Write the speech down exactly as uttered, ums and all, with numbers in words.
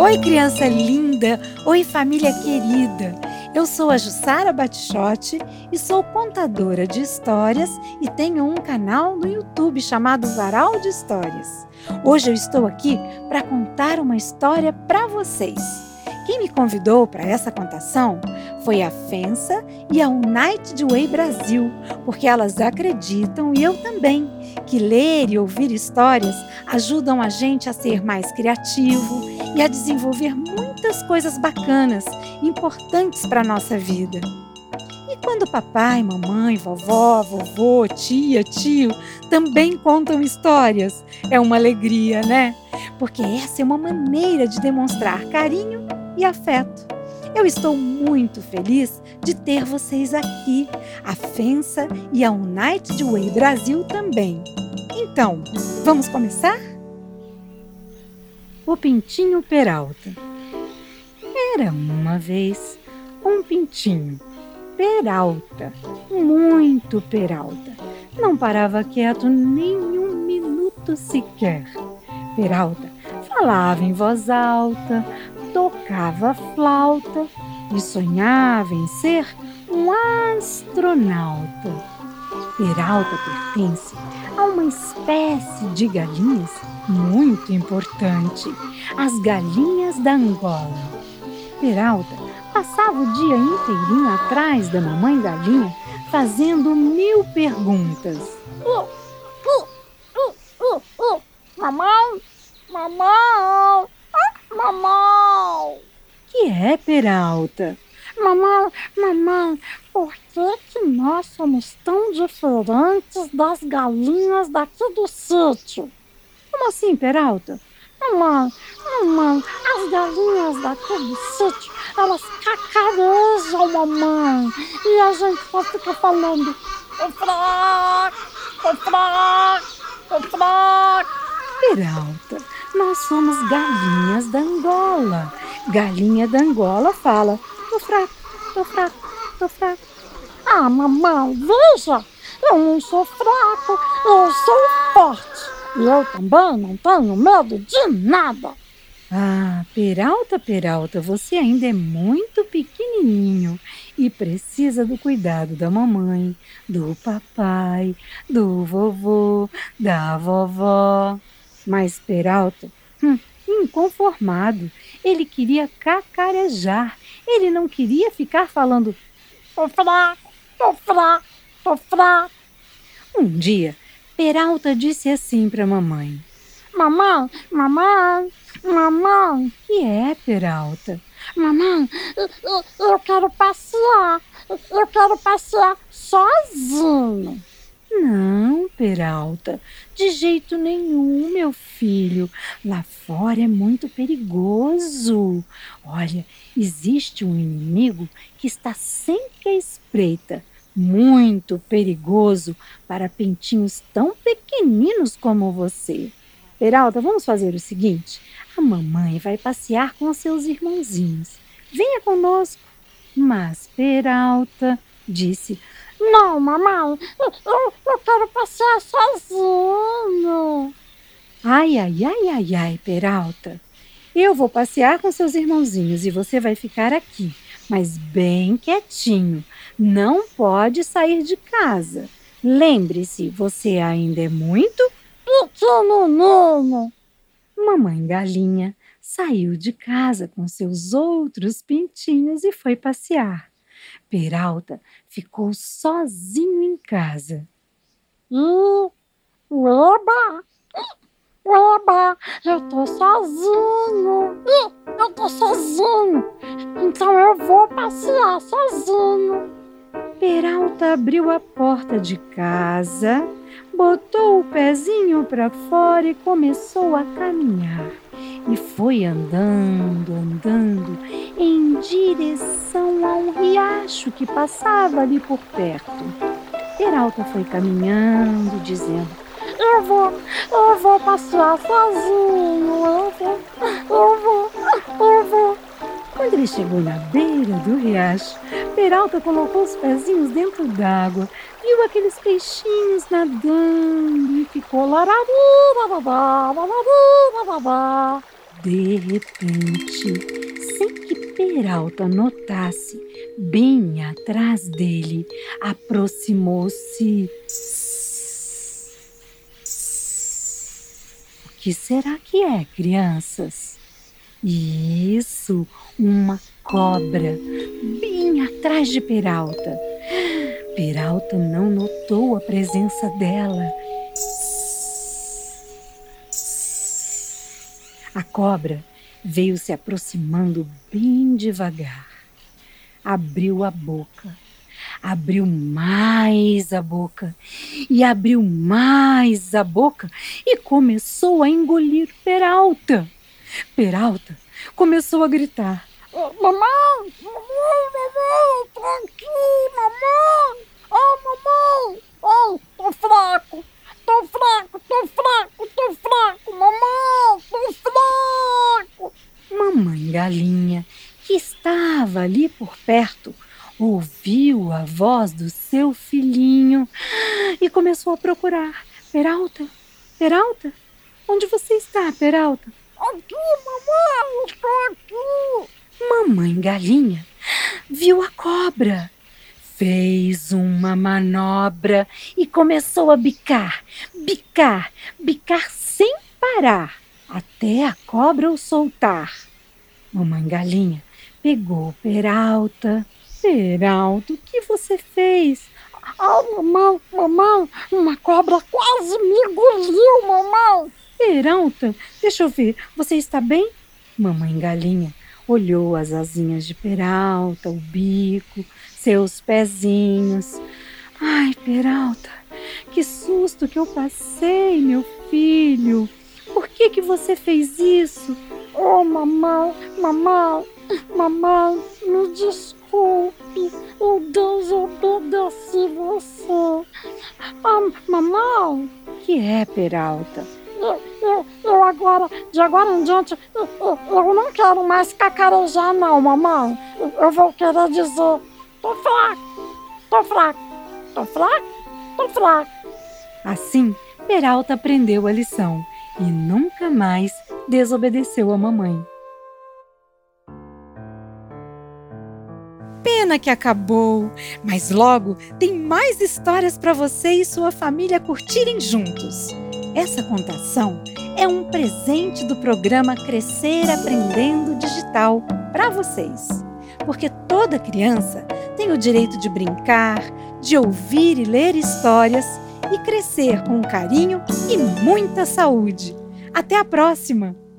Oi, criança linda! Oi, família querida! Eu sou a Jussara Batichotti e sou contadora de histórias e tenho um canal no YouTube chamado Varal de Histórias. Hoje eu estou aqui para contar uma história para vocês. Quem me convidou para essa contação foi a FENSA e a United Way Brasil, porque elas acreditam, e eu também, que ler e ouvir histórias ajudam a gente a ser mais criativo e a desenvolver muitas coisas bacanas, importantes para a nossa vida. E quando papai, mamãe, vovó, vovô, tia, tio também contam histórias, é uma alegria, né? Porque essa é uma maneira de demonstrar carinho e afeto. Eu estou muito feliz de ter vocês aqui, a FENSA e a United Way Brasil também. Então, vamos começar? O Pintinho Peralta. Era uma vez um pintinho, Peralta, muito Peralta. Não parava quieto nem um minuto sequer. Peralta falava em voz alta, tocava flauta e sonhava em ser um astronauta. Peralta pertence a uma espécie de galinhas muito importante, as galinhas da Angola. Peralta passava o dia inteirinho atrás da mamãe galinha, fazendo mil perguntas. Uh, uh, uh, uh, uh. Mamãe, mamãe, ah, mamãe. Que é, Peralta? Mamãe, mamãe, por que que nós somos tão diferentes das galinhas daqui do sítio? Como assim, Peralta? Mamãe, mamãe, as galinhas daqui do sítio, elas cacarejam, mamãe. E a gente só fica falando, o fraco, o fraco, o fraco. Peralta, nós somos galinhas da Angola. Galinha da Angola fala, tô fraco, tô fraco, tô fraco. Ah, mamãe, veja, eu não sou fraco, eu sou forte. E eu também não tenho medo de nada. Ah, Peralta, Peralta, você ainda é muito pequenininho e precisa do cuidado da mamãe, do papai, do vovô, da vovó. Mas Peralta, hum, inconformado, ele queria cacarejar. Ele não queria ficar falando, tô fraco, tô fraco, tô fraco. Um dia, Peralta disse assim para a mamãe. Mamãe, mamãe, mamãe. Que é, Peralta? Mamãe, eu, eu, eu quero passear, eu quero passear sozinho. Não, Peralta, de jeito nenhum, meu filho. Lá fora é muito perigoso. Olha, existe um inimigo que está sempre à espreita. Muito perigoso para pintinhos tão pequeninos como você. Peralta, vamos fazer o seguinte. A mamãe vai passear com seus irmãozinhos. Venha conosco. Mas Peralta disse... Não, mamãe, eu, eu, eu quero passear sozinho. Ai, ai, ai, ai, ai, Peralta. Eu vou passear com seus irmãozinhos e você vai ficar aqui, mas bem quietinho. Não pode sair de casa. Lembre-se, você ainda é muito pequenininho. Mamãe Galinha saiu de casa com seus outros pintinhos e foi passear. Peralta ficou sozinho em casa. Ih, ueba, ueba, eu tô sozinho. Ih, eu tô sozinho. Então eu vou passear sozinho. Peralta abriu a porta de casa, botou o pezinho para fora e começou a caminhar. E foi andando, andando, em direção a um riacho que passava ali por perto. Peralta foi caminhando, dizendo, eu vou, eu vou passear sozinho, eu vou, eu vou, eu vou. Quando ele chegou na beira do riacho, Peralta colocou os pezinhos dentro d'água, viu aqueles peixinhos nadando e ficou larari, larará, larari, larará. De repente, sem que Peralta notasse, bem atrás dele, aproximou-se. O que será que é, crianças? Isso, uma cobra, bem atrás de Peralta. Peralta não notou a presença dela. A cobra veio se aproximando bem devagar. Abriu a boca, abriu mais a boca e abriu mais a boca e começou a engolir Peralta. Peralta começou a gritar: Mamãe, mamãe, mamãe, tô aqui, mamãe. Oh, mamãe, oh, tô fraco, tô fraco, tô fraco, tô fraco, mamãe, tô fraco. Mamãe Galinha, que estava ali por perto, ouviu a voz do seu filhinho e começou a procurar. Peralta, Peralta, onde você está, Peralta? Aqui, mamãe, estou aqui. Mamãe Galinha viu a cobra, fez uma manobra e começou a bicar, bicar, bicar sem parar, até a cobra o soltar. Mamãe Galinha pegou Peralta. Peralta, o que você fez? Ai, mamãe, mamãe, uma cobra quase me engoliu, mamãe. Peralta, deixa eu ver, você está bem? Mamãe Galinha olhou as asinhas de Peralta, o bico, seus pezinhos. Ai, Peralta, que susto que eu passei, meu filho. Por que que você fez isso? Oh, mamãe, mamãe, mamãe, me desculpe, eu desobedeci você. Ah, mamãe. Que é, Peralta? Eu, eu, eu agora, de agora em diante, eu, eu, eu não quero mais cacarejar não, mamãe. Eu, eu vou querer dizer, tô fraco, tô fraco, tô fraco, tô fraco. Assim, Peralta aprendeu a lição e nunca mais desobedeceu a mamãe. Pena que acabou, mas logo tem mais histórias para você e sua família curtirem juntos. Essa contação é um presente do programa Crescer Aprendendo Digital para vocês, porque toda criança tem o direito de brincar, de ouvir e ler histórias e crescer com carinho e muita saúde. Até a próxima!